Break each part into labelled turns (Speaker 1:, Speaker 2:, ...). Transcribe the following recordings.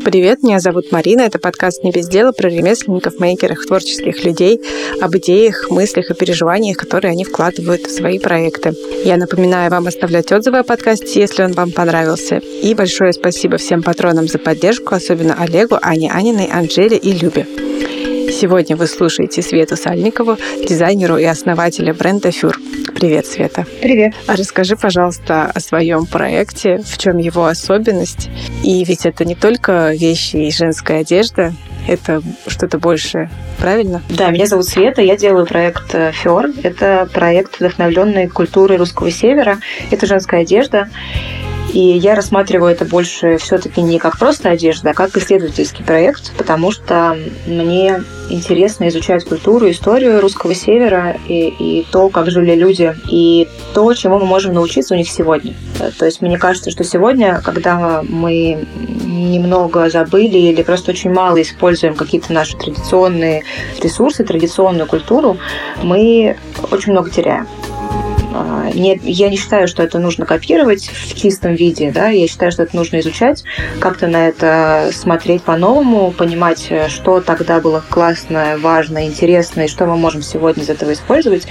Speaker 1: Привет, меня зовут Марина. Это подкаст «Не без дела» про ремесленников, мейкеров, творческих людей, об идеях, мыслях и переживаниях, которые они вкладывают в свои проекты. Я напоминаю вам оставлять отзывы о подкасте, если он вам понравился. И большое спасибо всем патронам за поддержку, особенно Олегу, Ане Аниной, Анжеле и Любе. Сегодня вы слушаете Свету Сальникову, дизайнеру и основателя бренда «Фюр». Привет, Света.
Speaker 2: Привет.
Speaker 1: А расскажи, пожалуйста, о своем проекте, в чем его особенность. И ведь это не только вещи и женская одежда, это что-то большее, правильно?
Speaker 2: Да, меня зовут Света, я делаю проект «Фюр». Это проект, вдохновленный культурой русского севера. Это женская одежда. И я рассматриваю это больше все-таки не как просто одежда, а как исследовательский проект, потому что мне интересно изучать культуру, историю русского севера и то, как жили люди, и то, чему мы можем научиться у них сегодня. То есть мне кажется, что сегодня, когда мы немного забыли или просто очень мало используем какие-то наши традиционные ресурсы, традиционную культуру, мы очень много теряем. Я не считаю, что это нужно копировать в чистом виде, да, я считаю, что это нужно изучать, как-то на это смотреть по-новому, понимать, что тогда было классное, важное, интересное, и что мы можем сегодня из этого использовать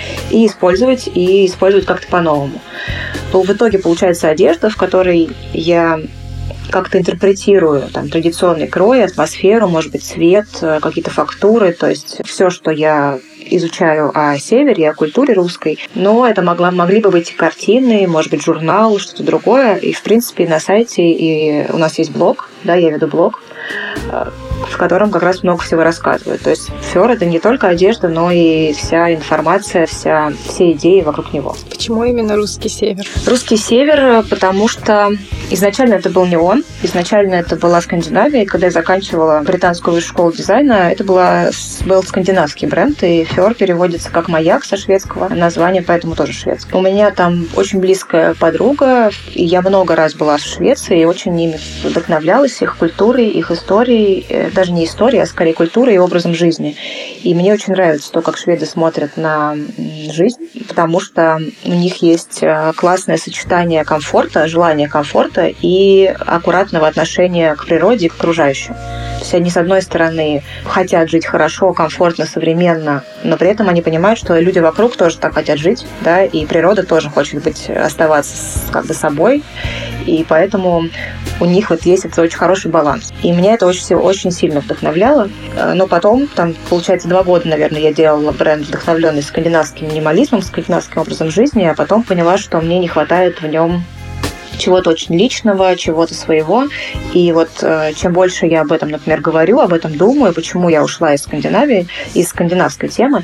Speaker 2: как-то по-новому. В итоге получается одежда, в которой я как-то интерпретирую там традиционный крой, атмосферу, может быть, цвет, какие-то фактуры, то есть все, что я изучаю о севере, о культуре русской, но это могли бы быть картины, может быть, журнал, что-то другое. И, в принципе, на сайте и у нас есть блог, да, я веду блог, в котором как раз много всего рассказываю. То есть фёр — это не только одежда, но и вся информация, все идеи вокруг него.
Speaker 1: Почему именно русский север?
Speaker 2: Русский север, потому что изначально это был не он. Изначально это была Скандинавия. И когда я заканчивала британскую высшую школу дизайна, это был скандинавский бренд, и фёр переводится как «маяк» со шведского. Название поэтому тоже шведское. У меня там очень близкая подруга, и я много раз была в Швеции, и очень ими вдохновлялась, их культурой, их историей, даже не историей, а скорее культурой и образом жизни. И мне очень нравится то, как шведы смотрят на жизнь, потому что у них есть классное сочетание комфорта, желания комфорта и аккуратного отношения к природе и к окружающим. То есть они, с одной стороны, хотят жить хорошо, комфортно, современно, но при этом они понимают, что люди вокруг тоже так хотят жить, да, и природа тоже хочет оставаться как бы собой, и поэтому у них вот есть этот очень хороший баланс. И меня это очень сильно вдохновляло. Но потом, получается, 2 года, наверное, я делала бренд, вдохновленный скандинавским минимализмом, скандинавским образом жизни, а потом поняла, что мне не хватает в нем чего-то очень личного, чего-то своего. И вот чем больше я об этом, например, говорю, об этом думаю, почему я ушла из Скандинавии, из скандинавской темы,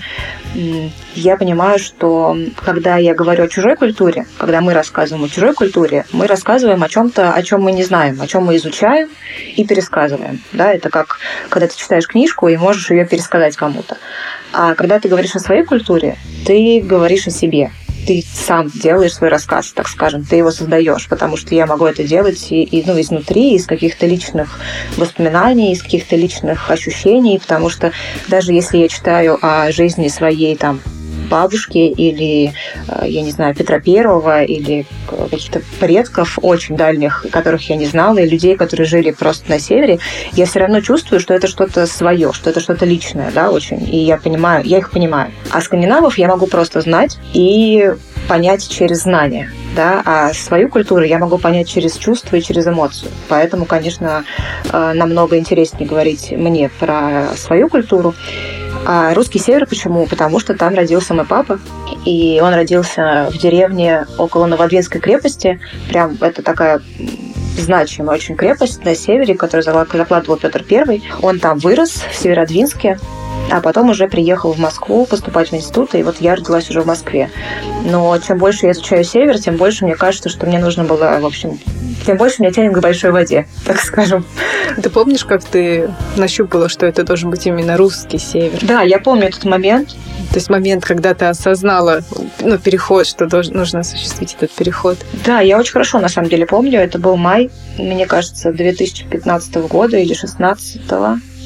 Speaker 2: я понимаю, что когда я говорю о чужой культуре, когда мы рассказываем о чужой культуре, мы рассказываем о чем-то, о чем мы не знаем, о чем мы изучаем и пересказываем. Да, это как когда ты читаешь книжку и можешь ее пересказать кому-то. А когда ты говоришь о своей культуре, ты говоришь о себе. Ты сам делаешь свой рассказ, так скажем, ты его создаешь, потому что я могу это делать изнутри, из каких-то личных воспоминаний, из каких-то личных ощущений, потому что даже если я читаю о жизни своей бабушки или, я не знаю, Петра Первого или каких-то предков очень дальних, которых я не знала, и людей, которые жили просто на севере, я все равно чувствую, что это что-то свое, что это что-то личное, да, очень. И я их понимаю. А скандинавов я могу просто знать и понять через знания, да, а свою культуру я могу понять через чувства и через эмоцию. Поэтому, конечно, намного интереснее говорить мне про свою культуру. А русский север почему? Потому что там родился мой папа, и он родился в деревне около Новодвинской крепости. Прям это такая значимая очень крепость на севере, которую закладывал Петр I. Он там вырос, в Северодвинске, а потом уже приехал в Москву поступать в институт, и вот я родилась уже в Москве. Но чем больше я изучаю север, тем больше мне кажется, что мне нужно было, в общем, тем больше меня тянет к большой воде, так скажем.
Speaker 1: Ты помнишь, как ты нащупала, что это должен быть именно русский север?
Speaker 2: Да, я помню этот момент.
Speaker 1: То есть момент, когда ты осознала, переход, что нужно осуществить этот переход.
Speaker 2: Да, я очень хорошо, на самом деле, помню. Это был май, мне кажется, 2015 года или 2016.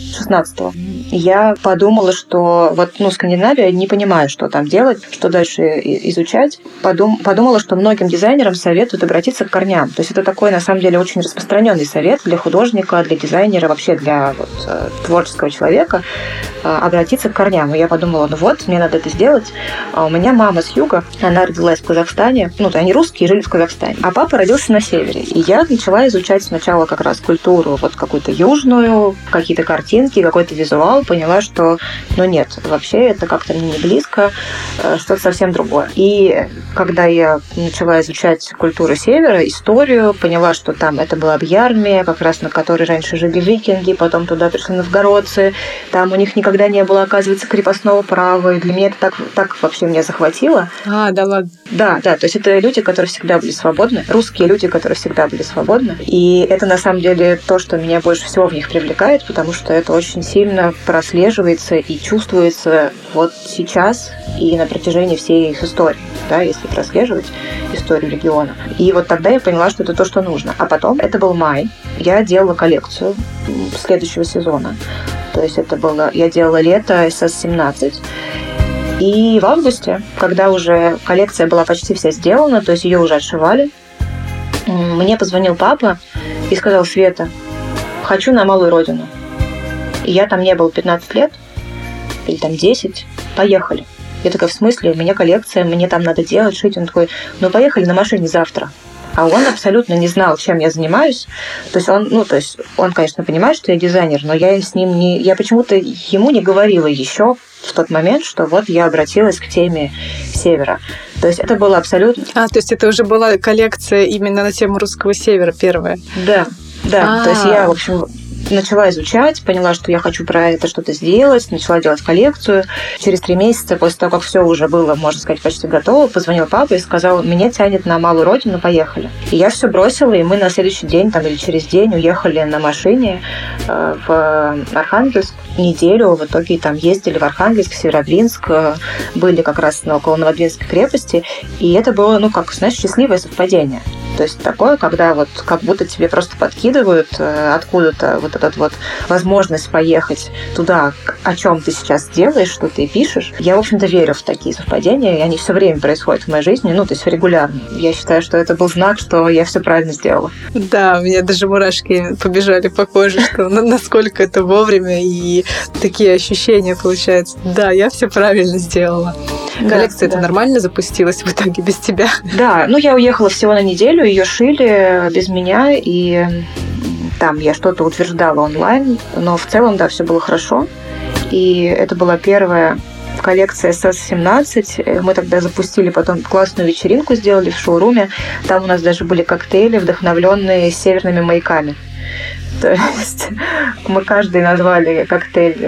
Speaker 2: 16-го. Я подумала, что вот, Скандинавия, не понимаю, что там делать, что дальше изучать. Подумала, что многим дизайнерам советуют обратиться к корням. То есть это такой, на самом деле, очень распространенный совет для художника, для дизайнера, вообще для творческого человека обратиться к корням. И я подумала, мне надо это сделать. А у меня мама с юга, она родилась в Казахстане. Они русские, жили в Казахстане. А папа родился на севере. И я начала изучать сначала как раз культуру какую-то южную, какие-то картинки, какой-то визуал. Поняла, что, нет, вообще это как-то мне не близко, что-то совсем другое. И когда я начала изучать культуру севера, историю, поняла, что там это была Бьярмия, как раз на которой раньше жили викинги, потом туда пришли новгородцы. Там у них никогда не было, оказывается, крепостного права. И для меня это так вообще меня захватило.
Speaker 1: Да ладно.
Speaker 2: Да, то есть это люди, которые всегда были свободны, русские люди, которые всегда были свободны. И это на самом деле то, что меня больше всего в них привлекает, потому что это очень сильно прослеживается и чувствуется вот сейчас и на протяжении всей их истории, если прослеживать историю региона. И вот тогда я поняла, что это то, что нужно. А потом, это был май, я делала коллекцию следующего сезона. То есть я делала лето SS-17. И в августе, когда уже коллекция была почти вся сделана, то есть ее уже отшивали, мне позвонил папа и сказал: Света, хочу на малую родину. И я там не было 15 лет, или там 10, поехали. Я такая: в смысле? У меня коллекция, мне там надо делать, шить. Он такой: поехали на машине завтра. А он абсолютно не знал, чем я занимаюсь. То есть он, конечно, понимает, что я дизайнер, но я с ним я почему-то ему не говорила еще в тот момент, что я обратилась к теме севера. То есть это было абсолютно...
Speaker 1: то есть это уже была коллекция именно на тему русского севера первая?
Speaker 2: Да. То есть я, в общем, начала изучать, поняла, что я хочу про это что-то сделать, начала делать коллекцию. Через 3 месяца, после того, как все уже было, можно сказать, почти готово, позвонил папа и сказал: меня тянет на малую родину, поехали. И я все бросила, и мы на следующий день или через день уехали на машине в Архангельск. Неделю в итоге там ездили в Архангельск, Северодвинск, были как раз около Новодвинской крепости, и это было, счастливое совпадение. То есть такое, когда как будто тебе просто подкидывают откуда-то эту возможность поехать туда, о чем ты сейчас делаешь, что ты пишешь. Я, в общем-то, верю в такие совпадения, и они все время происходят в моей жизни, то есть регулярно. Я считаю, что это был знак, что я все правильно сделала.
Speaker 1: Да, у меня даже мурашки побежали по коже, что насколько это вовремя, и такие ощущения получаются. Да, я все правильно сделала. Коллекция-то нормально запустилась в итоге без тебя? Да,
Speaker 2: я уехала всего на неделю, ее шили без меня, и там я что-то утверждала онлайн, но в целом, да, все было хорошо. И это была первая коллекция SS-17. Мы тогда запустили потом классную вечеринку, сделали в шоуруме. Там у нас даже были коктейли, вдохновленные северными маяками. То есть мы каждый назвали коктейль,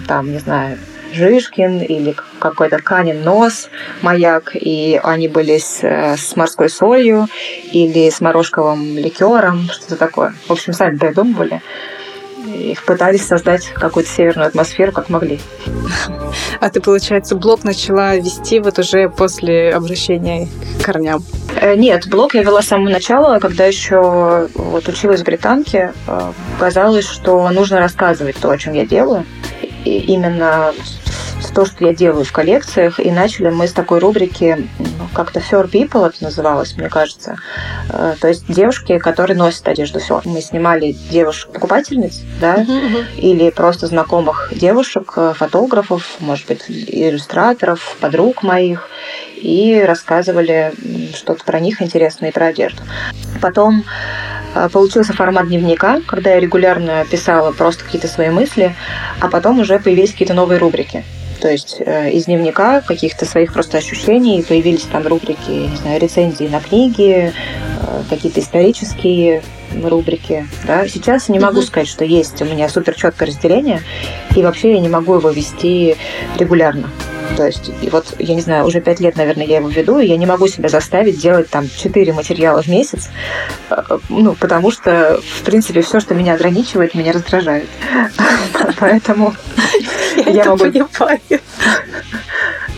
Speaker 2: Жишкин или какой-то Канин нос, маяк, и они были с морской солью или с морожковым ликером, что-то такое. В общем, сами придумывали и пытались создать какую-то северную атмосферу, как могли.
Speaker 1: А ты, получается, блог начала вести уже после обращения к корням?
Speaker 2: Нет, блог я вела с самого начала, когда еще училась в британке. Казалось, что нужно рассказывать то, о чем я делаю. И именно то, что я делаю в коллекциях, и начали мы с такой рубрики, как-то Fur People это называлось, мне кажется. То есть девушки, которые носят одежду Fur. Мы снимали девушек-покупательниц, или просто знакомых девушек, фотографов, может быть, иллюстраторов, подруг моих, и рассказывали что-то про них интересное и про одежду. Потом получился формат дневника, когда я регулярно писала просто какие-то свои мысли, а потом уже появились какие-то новые рубрики. То есть из дневника каких-то своих просто ощущений появились там рубрики, рецензии на книги, какие-то исторические рубрики. Да? Сейчас я не могу сказать, что есть у меня супер четкое разделение, и вообще я не могу его вести регулярно. То есть, я не знаю, уже 5 лет, наверное, я его веду, и я не могу себя заставить делать 4 материала в месяц, потому что, в принципе, все, что меня ограничивает, меня раздражает. Поэтому
Speaker 1: я могу... понимаю.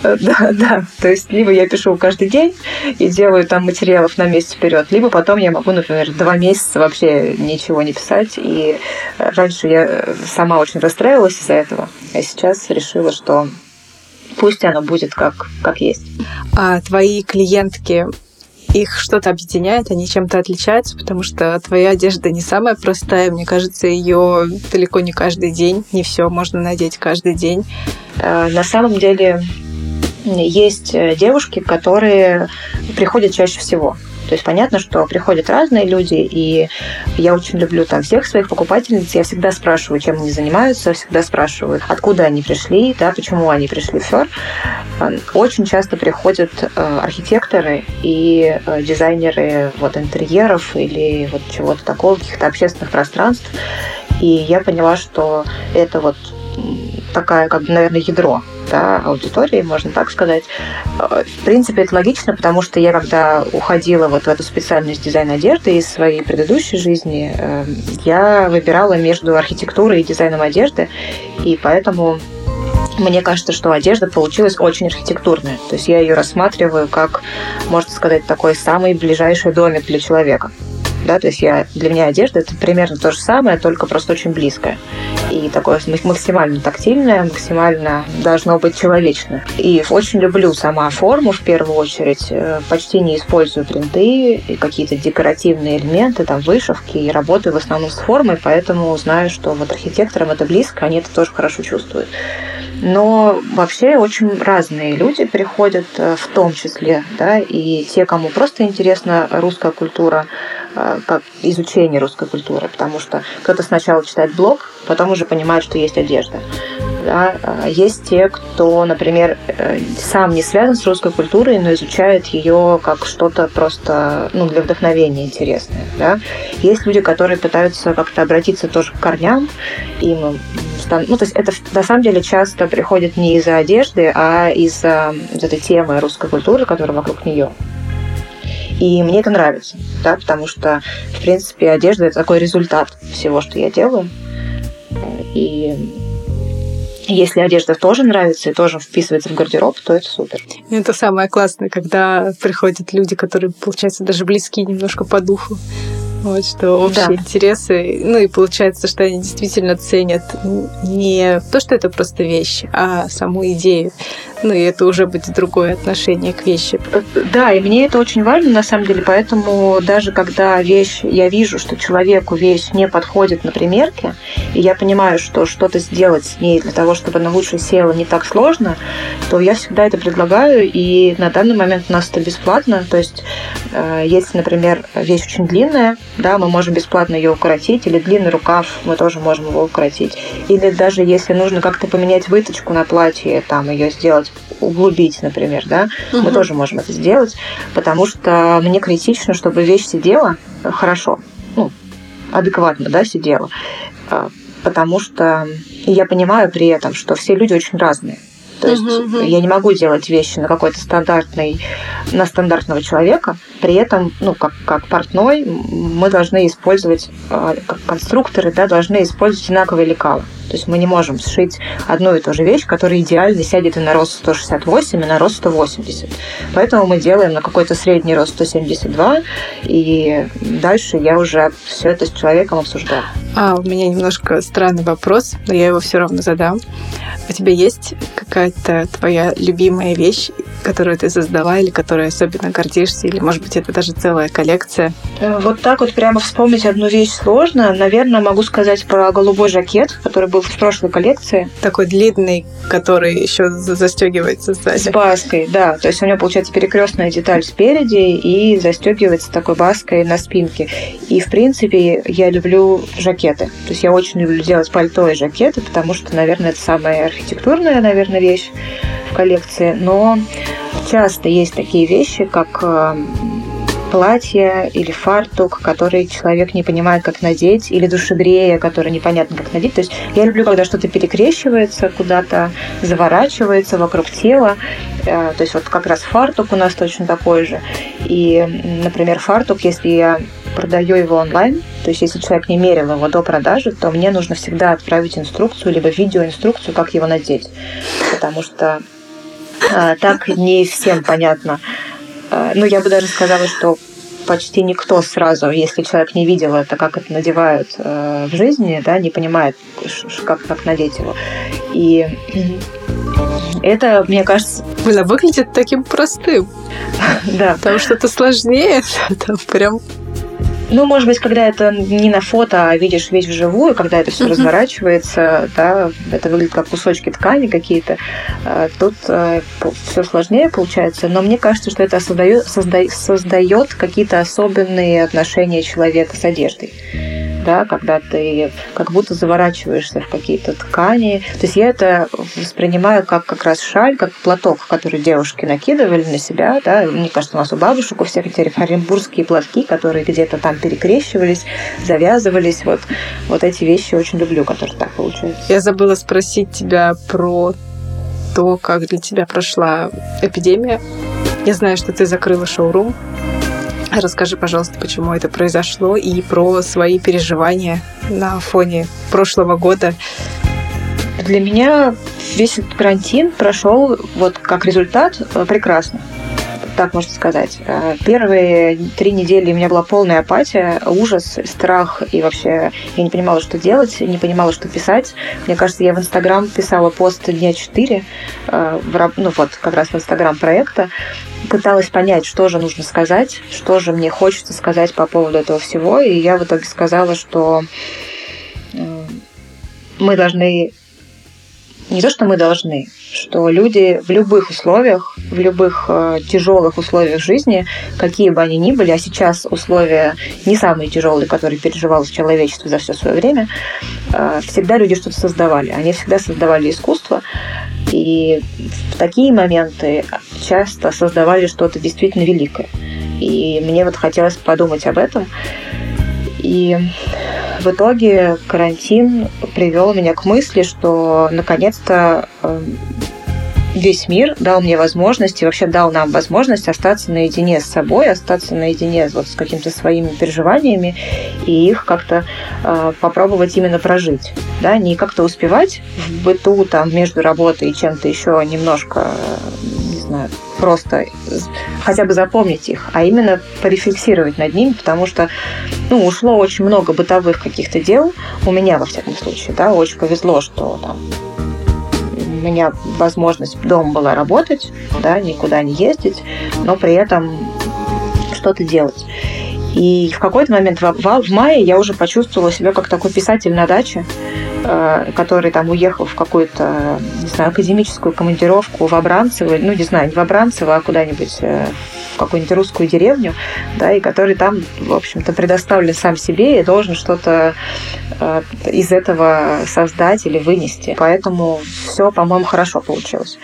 Speaker 2: Да. То есть либо я пишу каждый день и делаю там материалов на месяц вперед, либо потом я могу, например, 2 месяца вообще ничего не писать. И раньше я сама очень расстраивалась из-за этого, а сейчас решила, что пусть оно будет как есть.
Speaker 1: А твои клиентки, их что-то объединяет, они чем-то отличаются, потому что твоя одежда не самая простая. Мне кажется, ее далеко не каждый день, не все можно надеть каждый день.
Speaker 2: На самом деле есть девушки, которые приходят чаще всего. То есть понятно, что приходят разные люди, и я очень люблю там всех своих покупательниц. Я всегда спрашиваю, чем они занимаются, всегда спрашиваю, откуда они пришли, да, почему они пришли в ФЕР. Очень часто приходят архитекторы и дизайнеры интерьеров или чего-то такого, каких-то общественных пространств. И я поняла, что это такая, наверное, ядро, да, аудитории, можно так сказать. В принципе, это логично, потому что я, когда уходила в эту специальность дизайн одежды из своей предыдущей жизни, я выбирала между архитектурой и дизайном одежды, и поэтому мне кажется, что одежда получилась очень архитектурная. То есть я ее рассматриваю как, можно сказать, такой самый ближайший домик для человека. Да, то есть для меня одежда – это примерно то же самое, только просто очень близкое. И такое максимально тактильное, максимально должно быть человечное. И очень люблю сама форму в первую очередь. Почти не использую принты и какие-то декоративные элементы, там, вышивки. И работаю в основном с формой, поэтому знаю, что архитекторам это близко, они это тоже хорошо чувствуют. Но вообще очень разные люди приходят, в том числе, да, и те, кому просто интересна русская культура, как изучение русской культуры, потому что кто-то сначала читает блог, потом уже понимает, что есть одежда. Да. Есть те, кто, например, сам не связан с русской культурой, но изучает ее как что-то просто для вдохновения интересное. Да. Есть люди, которые пытаются как-то обратиться тоже к корням. То есть это на самом деле часто приходит не из-за одежды, а из-за этой темы русской культуры, которая вокруг нее. И мне это нравится, да, потому что, в принципе, одежда – это такой результат всего, что я делаю. И если одежда тоже нравится и тоже вписывается в гардероб, то это супер.
Speaker 1: Это самое классное, когда приходят люди, которые, получается, даже близки немножко по духу. Что общие интересы. И получается, что они действительно ценят не то, что это просто вещь, а саму идею. И это уже будет другое отношение к вещи.
Speaker 2: Да, и мне это очень важно, на самом деле. Поэтому даже когда я вижу, что человеку вещь не подходит на примерке, и я понимаю, что что-то сделать с ней для того, чтобы она лучше села, не так сложно, то я всегда это предлагаю. И на данный момент у нас это бесплатно. То есть, если, например, вещь очень длинная, да, мы можем бесплатно ее укоротить, или длинный рукав, мы тоже можем его укоротить. Или даже если нужно как-то поменять выточку на платье, там ее сделать, углубить, например, да, мы тоже можем это сделать, потому что мне критично, чтобы вещь сидела хорошо, адекватно, да, сидела, потому что я понимаю при этом, что все люди очень разные. То есть я не могу делать вещи на какой-то стандартного человека. При этом, как портной, мы должны использовать, как конструкторы, да, должны использовать одинаковые лекала. То есть мы не можем сшить одну и ту же вещь, которая идеально сядет и на рост 168, и на рост 180. Поэтому мы делаем на какой-то средний рост 172, и дальше я уже все это с человеком обсуждаю.
Speaker 1: У меня немножко странный вопрос, но я его все равно задам. У тебя есть какая-то твоя любимая вещь, которую ты создала, или которой особенно гордишься, или, может быть, это даже целая коллекция?
Speaker 2: Вот так вот прямо вспомнить одну вещь сложно. Наверное, могу сказать про голубой жакет, который был в прошлой коллекции.
Speaker 1: Такой длинный, который еще застегивается сзади.
Speaker 2: С баской, да. То есть у него, получается, перекрестная деталь спереди и застегивается такой баской на спинке. И, в принципе, я люблю жакеты. То есть я очень люблю делать пальто и жакеты, потому что, наверное, это самая архитектурная, наверное, вещь в коллекции. Но часто есть такие вещи, как платье или фартук, который человек не понимает, как надеть, или душегрея, который непонятно, как надеть. То есть я люблю, когда что-то перекрещивается, куда-то заворачивается вокруг тела. То есть вот как раз фартук у нас точно такой же. И, например, фартук, если я продаю его онлайн, то есть если человек не мерил его до продажи, то мне нужно всегда отправить инструкцию, либо видеоинструкцию, как его надеть. Потому что Так не всем понятно. Ну, я бы даже сказала, что почти никто сразу, если человек не видел это, как это надевают в жизни, да, не понимает, как надеть его. И это, мне кажется...
Speaker 1: Она выглядит таким простым.
Speaker 2: Да.
Speaker 1: Там что-то сложнее, там прям...
Speaker 2: Ну, может быть, когда это не на фото, а видишь вещь вживую, когда это все разворачивается, да, это выглядит как кусочки ткани какие-то, тут все сложнее получается. Но мне кажется, что это создает какие-то особенные отношения человека с одеждой. Да, когда ты как будто заворачиваешься в какие-то ткани. То есть я это воспринимаю как раз шаль, как платок, который девушки накидывали на себя. Да. Мне кажется, у нас у бабушек у всех эти оренбургские платки, которые где-то там перекрещивались, завязывались. Вот эти вещи очень люблю, которые так получаются.
Speaker 1: Я забыла спросить тебя про то, как для тебя прошла эпидемия. Я знаю, что ты закрыла шоурум. Расскажи, пожалуйста, почему это произошло и про свои переживания на фоне прошлого года.
Speaker 2: Для меня весь этот карантин прошел вот как результат прекрасно. Так можно сказать. Первые 3 недели у меня была полная апатия, ужас, страх, и вообще я не понимала, что делать, не понимала, что писать. Мне кажется, я в Инстаграм писала пост дня 4, ну вот, как раз в Инстаграм проекта, пыталась понять, что же нужно сказать, что же мне хочется сказать по поводу этого всего, и я в итоге сказала, что мы должны... Не то, что мы должны, что люди в любых условиях, в любых тяжелых условиях жизни, какие бы они ни были, а сейчас условия не самые тяжелые, которые переживало человечество за все свое время, всегда люди что-то создавали. Они всегда создавали искусство, и в такие моменты часто создавали что-то действительно великое. И мне вот хотелось подумать об этом. И в итоге карантин привел меня к мысли, что наконец-то весь мир дал мне возможность, и вообще дал нам возможность остаться наедине с собой, остаться наедине вот с какими-то своими переживаниями и их как-то попробовать именно прожить. Да? Не как-то успевать в быту, там, между работой и чем-то еще немножко, не знаю, просто хотя бы запомнить их, а именно порефлексировать над ними, потому что ушло очень много бытовых каких-то дел, у меня, во всяком случае, да, очень повезло, что там у меня возможность дома была работать, да, никуда не ездить, но при этом что-то делать. И в какой-то момент в мае я уже почувствовала себя как такой писатель на даче, который там уехал в какую-то, не знаю, академическую командировку в Абранцево, не знаю, не в Абранцево, а куда-нибудь в какую-нибудь русскую деревню, да, и который там, в общем-то, предоставлен сам себе и должен что-то из этого создать или вынести. Поэтому все, по-моему, хорошо получилось.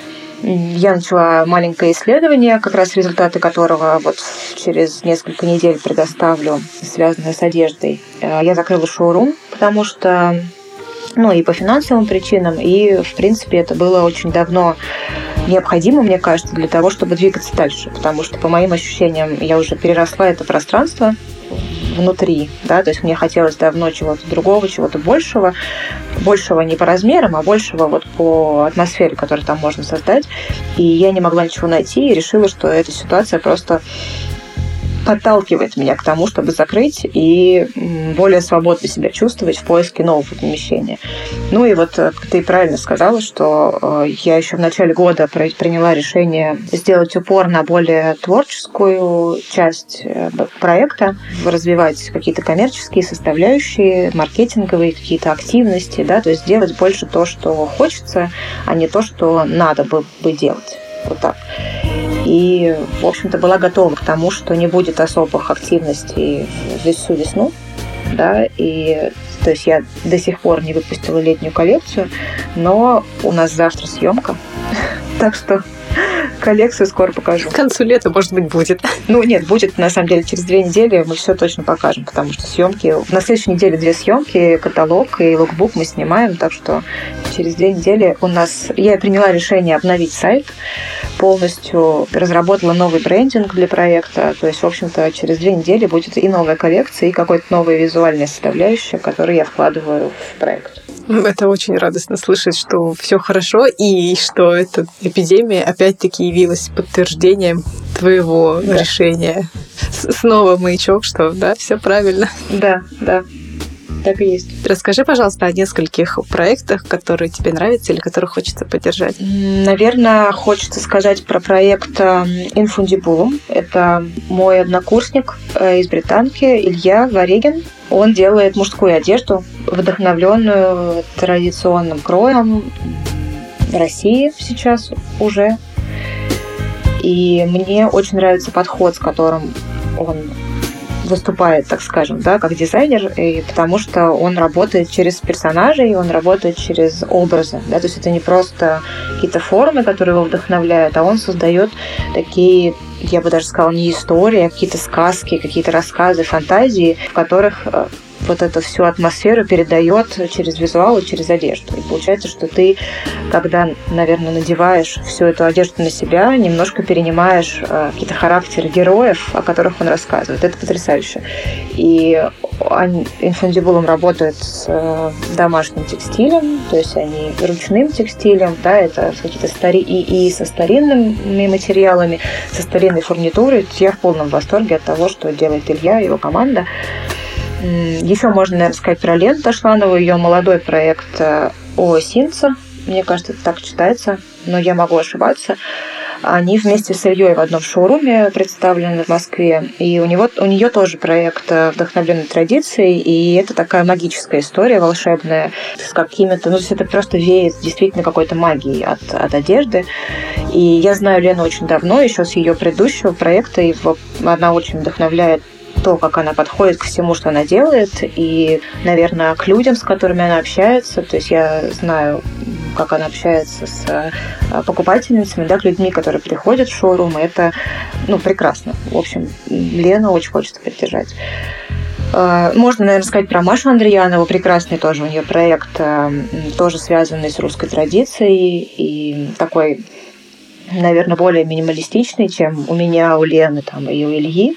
Speaker 2: Я начала маленькое исследование, как раз результаты которого вот через несколько недель предоставлю, связанное с одеждой. Я закрыла шоурум, потому что, и по финансовым причинам, и, в принципе, это было очень давно необходимо, мне кажется, для того, чтобы двигаться дальше, потому что, по моим ощущениям, я уже переросла это пространство внутри, да, то есть мне хотелось давно чего-то другого, чего-то большего не по размерам, а большего вот по атмосфере, которую там можно создать, и я не могла ничего найти, и решила, что эта ситуация просто подталкивает меня к тому, чтобы закрыть и более свободно себя чувствовать в поиске нового помещения. И вот ты правильно сказала, что я еще в начале года приняла решение сделать упор на более творческую часть проекта, развивать какие-то коммерческие составляющие, маркетинговые какие-то активности, да, то есть делать больше то, что хочется, а не то, что надо бы делать. Вот так. И, в общем-то, была готова к тому, что не будет особых активностей всю весну. Да, и то есть я до сих пор не выпустила летнюю коллекцию, но у нас завтра съемка. Так что коллекцию скоро покажу.
Speaker 1: К концу лета, может быть, будет.
Speaker 2: Нет, будет, на самом деле, через 2 недели мы все точно покажем, потому что съемки... На следующей неделе 2 съемки, каталог и лукбук мы снимаем, так что через 2 недели у нас... Я приняла решение обновить сайт, полностью разработала новый брендинг для проекта, то есть, в общем-то, через 2 недели будет и новая коллекция, и какая-то новая визуальная составляющая, которую я вкладываю в проект.
Speaker 1: Это очень радостно слышать, что все хорошо, и что эта эпидемия опять-таки явилась подтверждением твоего решения. Снова маячок, что да, все правильно.
Speaker 2: Да. Так и есть.
Speaker 1: Расскажи, пожалуйста, о нескольких проектах, которые тебе нравятся или которых хочется поддержать.
Speaker 2: Наверное, хочется сказать про проект Infundibulum. Это мой однокурсник из Британки Илья Варегин. Он делает мужскую одежду, вдохновленную традиционным кроем России сейчас уже. И мне очень нравится подход, с которым он выступает, так скажем, да, как дизайнер, и потому что он работает через персонажей, он работает через образы, да, то есть это не просто какие-то формы, которые его вдохновляют, а он создает такие, я бы даже сказала, не истории, а какие-то сказки, какие-то рассказы, фантазии, в которых вот эту всю атмосферу передает через визуал и через одежду. И получается, что ты, когда, наверное, надеваешь всю эту одежду на себя, немножко перенимаешь какие-то характеры героев, о которых он рассказывает. Это потрясающе. И Infundibulum работает с домашним текстилем, то есть они ручным текстилем, да, это какие-то и со старинными материалами, со старинной фурнитурой. Я в полном восторге от того, что делает Илья и его команда. Еще можно, наверное, сказать про Лену Ташланову, ее молодой проект Синца. Мне кажется, это так читается, но я могу ошибаться. Они вместе с Ильей в одном шоуруме представлены в Москве. И у нее тоже проект вдохновленный традицией, и это такая магическая история, волшебная, с какими-то... Ну, то есть это просто веет действительно какой-то магией от одежды. И я знаю Лену очень давно, еще с ее предыдущего проекта, и она очень вдохновляет то, как она подходит к всему, что она делает, и, наверное, к людям, с которыми она общается. То есть я знаю, как она общается с покупательницами, да, к людьми, которые приходят в шоурум. Это, прекрасно. В общем, Лену очень хочется поддержать. Можно, наверное, сказать про Машу Андреянову. Прекрасный тоже у нее проект, тоже связанный с русской традицией и такой, наверное, более минималистичный, чем у меня, у Лены там, и у Ильи.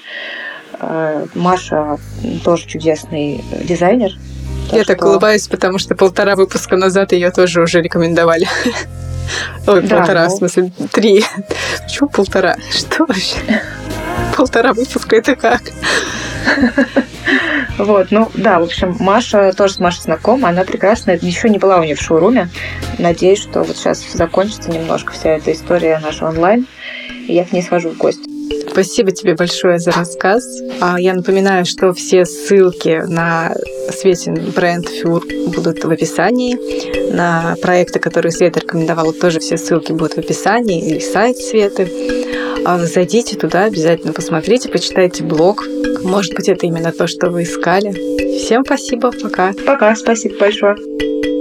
Speaker 2: Маша тоже чудесный дизайнер.
Speaker 1: Я так улыбаюсь, потому что 1,5 выпуска назад ее тоже уже рекомендовали. Ой, да, 1,5, в смысле 3. Почему 1,5? Что вообще? 1,5 выпуска, это как?
Speaker 2: Вот, в общем, Маша, тоже с Машей знакома, она прекрасная, еще не была у нее в шоуруме. Надеюсь, что вот сейчас закончится немножко вся эта история наша онлайн, и я к ней схожу в гости.
Speaker 1: Спасибо тебе большое за рассказ. Я напоминаю, что все ссылки на Светин бренд Фюр будут в описании. На проекты, которые Света рекомендовала, тоже все ссылки будут в описании, или сайт Светы. Зайдите туда, обязательно посмотрите, почитайте блог. Может быть, это именно то, что вы искали. Всем спасибо, пока.
Speaker 2: Пока, спасибо большое.